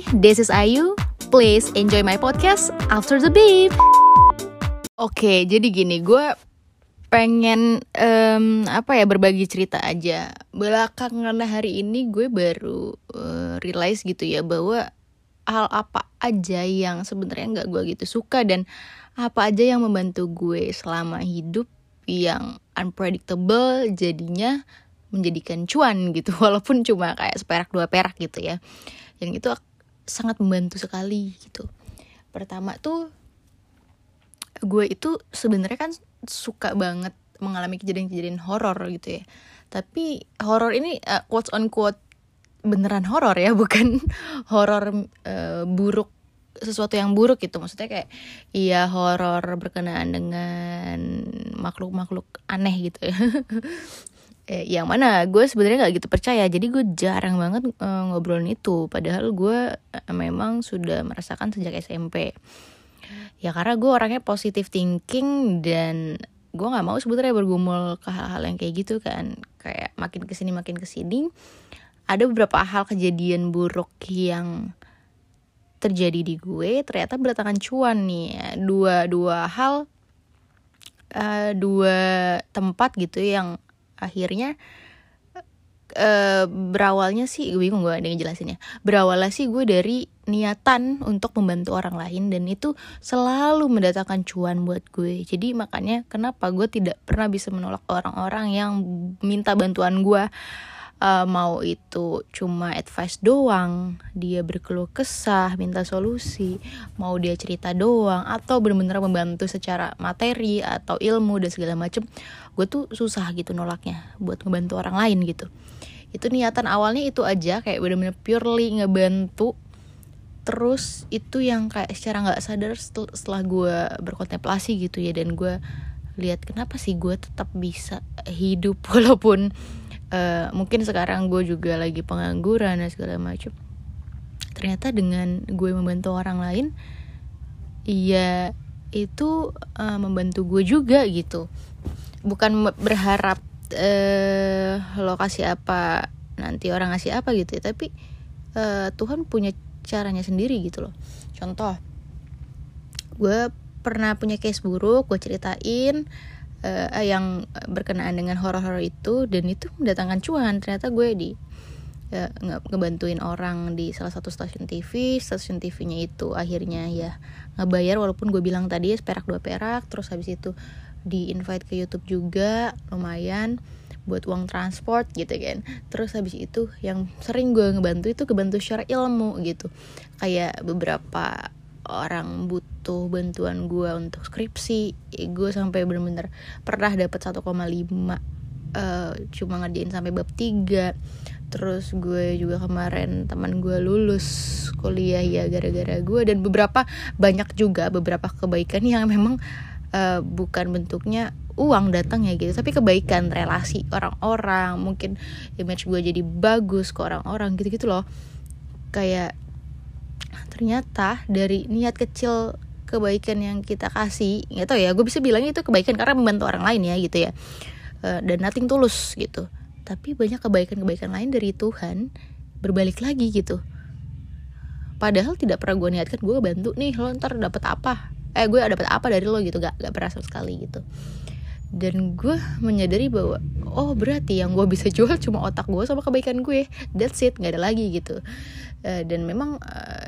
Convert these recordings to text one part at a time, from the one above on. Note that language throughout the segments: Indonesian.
this is Ayu. Please enjoy my podcast after the beep. Oke, jadi gini, gue pengen berbagi cerita aja. Belakangan hari ini gue baru realize gitu ya, bahwa hal apa aja yang sebenarnya nggak gue gitu suka dan apa aja yang membantu gue selama hidup yang unpredictable jadinya menjadikan cuan gitu, walaupun cuma kayak seperak dua perak gitu ya, yang itu sangat membantu sekali gitu. Pertama tuh, gue itu sebenarnya kan suka banget mengalami kejadian-kejadian horor gitu ya, tapi horor ini quotes on quote beneran horor ya, bukan horor buruk, sesuatu yang buruk gitu. Maksudnya kayak iya horor berkenaan dengan makhluk-makhluk aneh gitu ya. Yang mana gue sebenarnya nggak gitu percaya, jadi gue jarang banget ngobrolin itu. Padahal gue memang sudah merasakan sejak SMP. Ya karena gue orangnya positive thinking dan gue nggak mau sebenarnya bergumul ke hal-hal yang kayak gitu kan. Kayak makin kesini ada beberapa hal kejadian buruk yang terjadi di gue ternyata berdatangan cuan nih. Dua hal, dua tempat gitu yang akhirnya berawalnya sih, gue bingung gue ngejelasinnya. Berawalnya sih gue dari niatan untuk membantu orang lain, dan itu selalu mendatangkan cuan buat gue. Jadi makanya kenapa gue tidak pernah bisa menolak orang-orang yang minta bantuan gue. Mau itu cuma advice doang, dia berkeluh kesah, minta solusi, mau dia cerita doang, atau benar-benar membantu secara materi atau ilmu dan segala macem, gue tuh susah gitu nolaknya buat ngebantu orang lain gitu. Itu niatan awalnya itu aja, kayak benar-benar purely ngebantu. Terus itu yang kayak secara nggak sadar setelah gue berkontemplasi gitu ya, dan gue lihat kenapa sih gue tetap bisa hidup walaupun mungkin sekarang gue juga lagi pengangguran dan segala macam. Ternyata dengan gue membantu orang lain, iya itu membantu gue juga gitu. Bukan berharap lo kasih apa, nanti orang ngasih apa gitu ya, tapi Tuhan punya caranya sendiri gitu loh. Contoh, gue pernah punya case buruk, gue ceritain yang berkenaan dengan horor-horor itu, dan itu mendatangkan cuan. Ternyata gue ngebantuin orang di salah satu stasiun TV-nya itu akhirnya ya ngebayar, walaupun gue bilang tadi seperak dua perak. Terus habis itu di invite ke YouTube juga lumayan buat uang transport gitu kan. Terus habis itu yang sering gue ngebantu itu kebantu secara ilmu gitu, kayak beberapa orang butuh bantuan gue untuk skripsi, gue sampai bener-bener pernah dapat 1,5 cuma ngerjain sampai bab 3. Terus gue juga kemarin teman gue lulus kuliah ya gara-gara gue, dan banyak juga beberapa kebaikan yang memang bukan bentuknya uang datang ya gitu, tapi kebaikan relasi orang-orang, mungkin image gue jadi bagus ke orang-orang gitu-gitu loh. Kayak ternyata dari niat kecil kebaikan yang kita kasih, nggak tahu ya, gue bisa bilangnya itu kebaikan karena membantu orang lain ya gitu ya, dan nothing tulus gitu. Tapi banyak kebaikan-kebaikan lain dari Tuhan berbalik lagi gitu. Padahal tidak pernah gue niatkan gue bantu nih lo ntar dapat apa, gue dapat apa dari lo gitu, gak pernah sama sekali gitu. Dan gue menyadari bahwa berarti yang gue bisa jual cuma otak gue sama kebaikan gue, that's it, nggak ada lagi gitu. Dan memang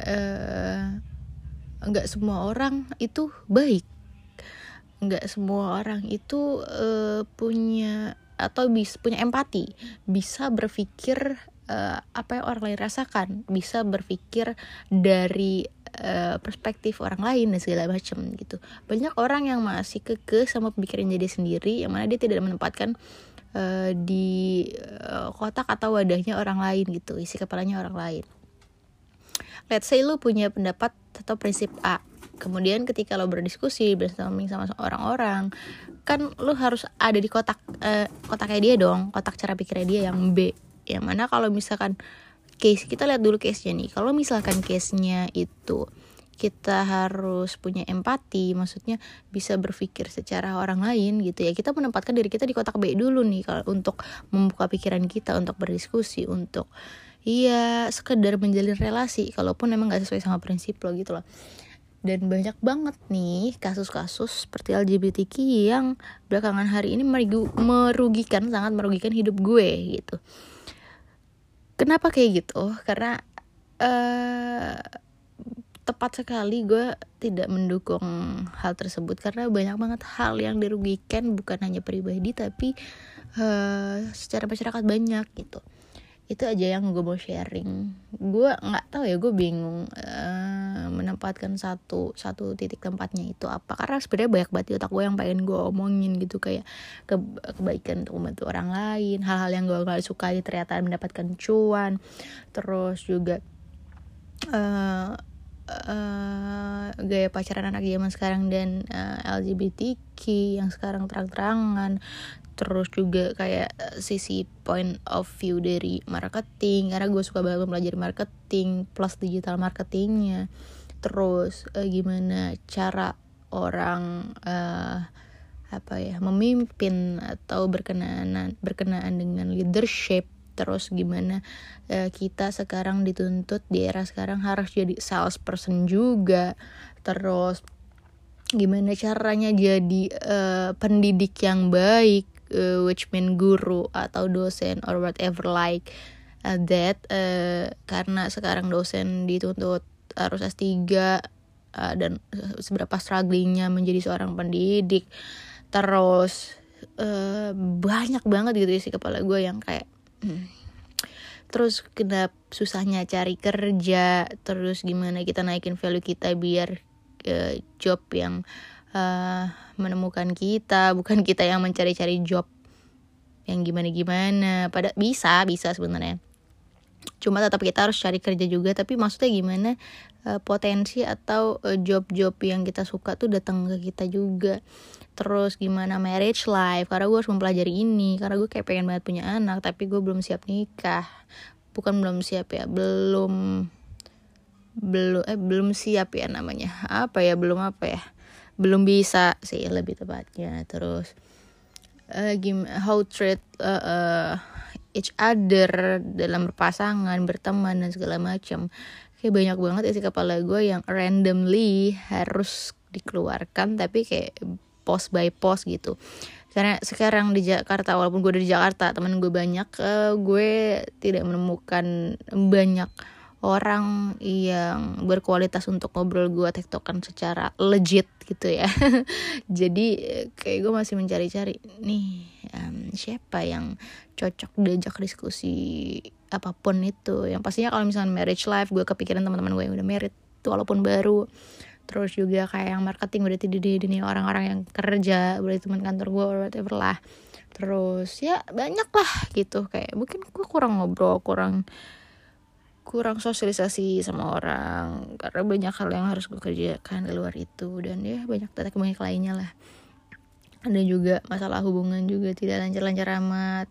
nggak semua orang itu baik, nggak semua orang itu punya empati, bisa berpikir apa yang orang lain rasakan, bisa berpikir dari perspektif orang lain dan segala macam gitu. Banyak orang yang masih kekeh sama pemikirannya dia sendiri, yang mana dia tidak menempatkan di kotak atau wadahnya orang lain gitu, isi kepalanya orang lain. Let's say lu punya pendapat atau prinsip A, kemudian ketika lo berdiskusi brainstorming sama orang-orang, kan lu harus ada di kotaknya dia dong, kotak cara pikirnya dia yang B. Yang mana kalau misalkan case, kita lihat dulu case-nya nih. Kalau misalkan case-nya itu kita harus punya empati, maksudnya bisa berpikir secara orang lain gitu ya, kita menempatkan diri kita di kotak B dulu nih, kalau untuk membuka pikiran kita, untuk berdiskusi, untuk iya sekedar menjalin relasi kalaupun emang gak sesuai sama prinsip lo gitu loh. Dan banyak banget nih kasus-kasus seperti LGBTQ yang belakangan hari ini sangat merugikan hidup gue gitu. Kenapa kayak gitu? Karena tepat sekali gue tidak mendukung hal tersebut, karena banyak banget hal yang dirugikan bukan hanya pribadi tapi secara masyarakat banyak gitu. Itu aja yang gue mau sharing. Gue nggak tahu ya, gue bingung menempatkan satu titik tempatnya itu apa, karena sebenarnya banyak banget di otak gue yang pengen gue omongin gitu, kayak kebaikan untuk membantu orang lain, hal-hal yang gue gak sukai ternyata mendapatkan cuan, terus juga gaya pacaran anak zaman sekarang dan LGBTQ yang sekarang terang-terangan. Terus juga kayak sisi point of view dari marketing, karena gue suka banget mempelajari marketing plus digital marketingnya. Terus gimana cara orang memimpin atau berkenaan dengan leadership. Terus gimana kita sekarang dituntut di era sekarang harus jadi salesperson juga. Terus gimana caranya jadi pendidik yang baik, which mean guru atau dosen or whatever like that, karena sekarang dosen dituntut harus S3 dan seberapa strugglingnya menjadi seorang pendidik. Terus banyak banget gitu isi kepala gue yang kayak terus kenapa susahnya cari kerja, terus gimana kita naikin value kita biar job yang menemukan kita, bukan kita yang mencari-cari job yang gimana-gimana. Bisa sebenarnya, cuma tetap kita harus cari kerja juga. Tapi maksudnya gimana potensi atau job-job yang kita suka tuh datang ke kita juga. Terus gimana marriage life, karena gue harus mempelajari ini, karena gue kayak pengen banget punya anak tapi gue belum siap nikah. Bukan belum siap ya, belum siap ya namanya. Belum bisa sih lebih tepatnya. Terus how treat each other dalam berpasangan, berteman dan segala macam. Kayak banyak banget isi kepala gue yang randomly harus dikeluarkan, tapi kayak post by post gitu. Karena sekarang di Jakarta, walaupun gue udah di Jakarta, teman gue banyak, gue tidak menemukan banyak orang yang berkualitas untuk ngobrol gue tektokan secara legit gitu ya. Jadi kayak gue masih mencari-cari nih siapa yang cocok diajak diskusi apapun itu. Yang pastinya kalau misalnya marriage life, gue kepikiran teman-teman gue yang udah married tuh walaupun baru. Terus juga kayak yang marketing berarti di orang-orang yang kerja, berarti teman kantor gue or whatever lah. Terus ya banyak lah gitu, kayak mungkin gue kurang ngobrol, kurang sosialisasi sama orang, karena banyak hal yang harus gue kerjakan di luar itu. Dan ya banyak lainnya lah. Ada juga masalah hubungan juga tidak lancar-lancar amat.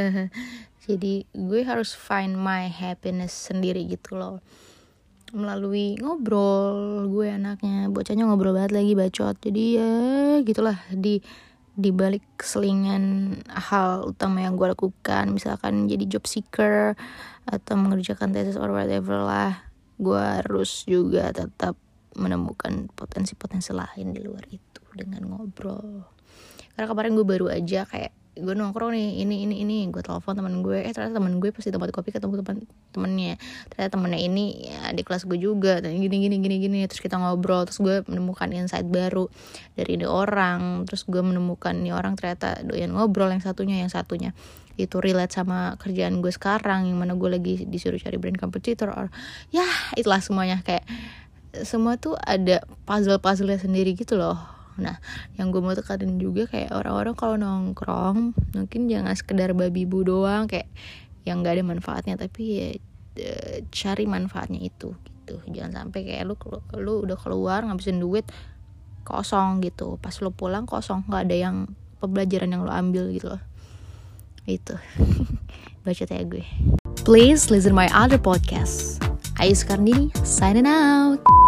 Jadi gue harus find my happiness sendiri gitu loh, melalui ngobrol. Gue anaknya bocahnya ngobrol banget lagi, bacot. Jadi ya gitulah, di balik keselingan hal utama yang gue lakukan, misalkan jadi job seeker atau mengerjakan tesis or whatever lah, gue harus juga tetap menemukan potensi-potensi lain di luar itu dengan ngobrol. Karena kemarin gue baru aja kayak gue nongkrong nih, ini gue telepon teman gue, ternyata teman gue pas di tempat kopi ketemu temennya, ternyata temennya ini ya di kelas gue juga, dan gini, terus kita ngobrol, terus gue menemukan insight baru dari ini orang. Terus gue menemukan ini orang ternyata doyan ngobrol, yang satunya itu relate sama kerjaan gue sekarang, yang mana gue lagi disuruh cari brand competitor, or ya itulah semuanya, kayak semua tuh ada puzzle-puzzle-nya sendiri gitu loh. Nah, yang gue mau tekanin juga kayak orang-orang kalau nongkrong mungkin jangan sekedar babi bu doang, kayak yang gak ada manfaatnya, tapi ya cari manfaatnya itu gitu. Jangan sampai kayak lu udah keluar ngabisin duit kosong gitu, pas lu pulang kosong, gak ada yang pembelajaran yang lu ambil gitu loh. Itu bacot ya gue. Please listen my other podcast. Ayu Skarnini signing out.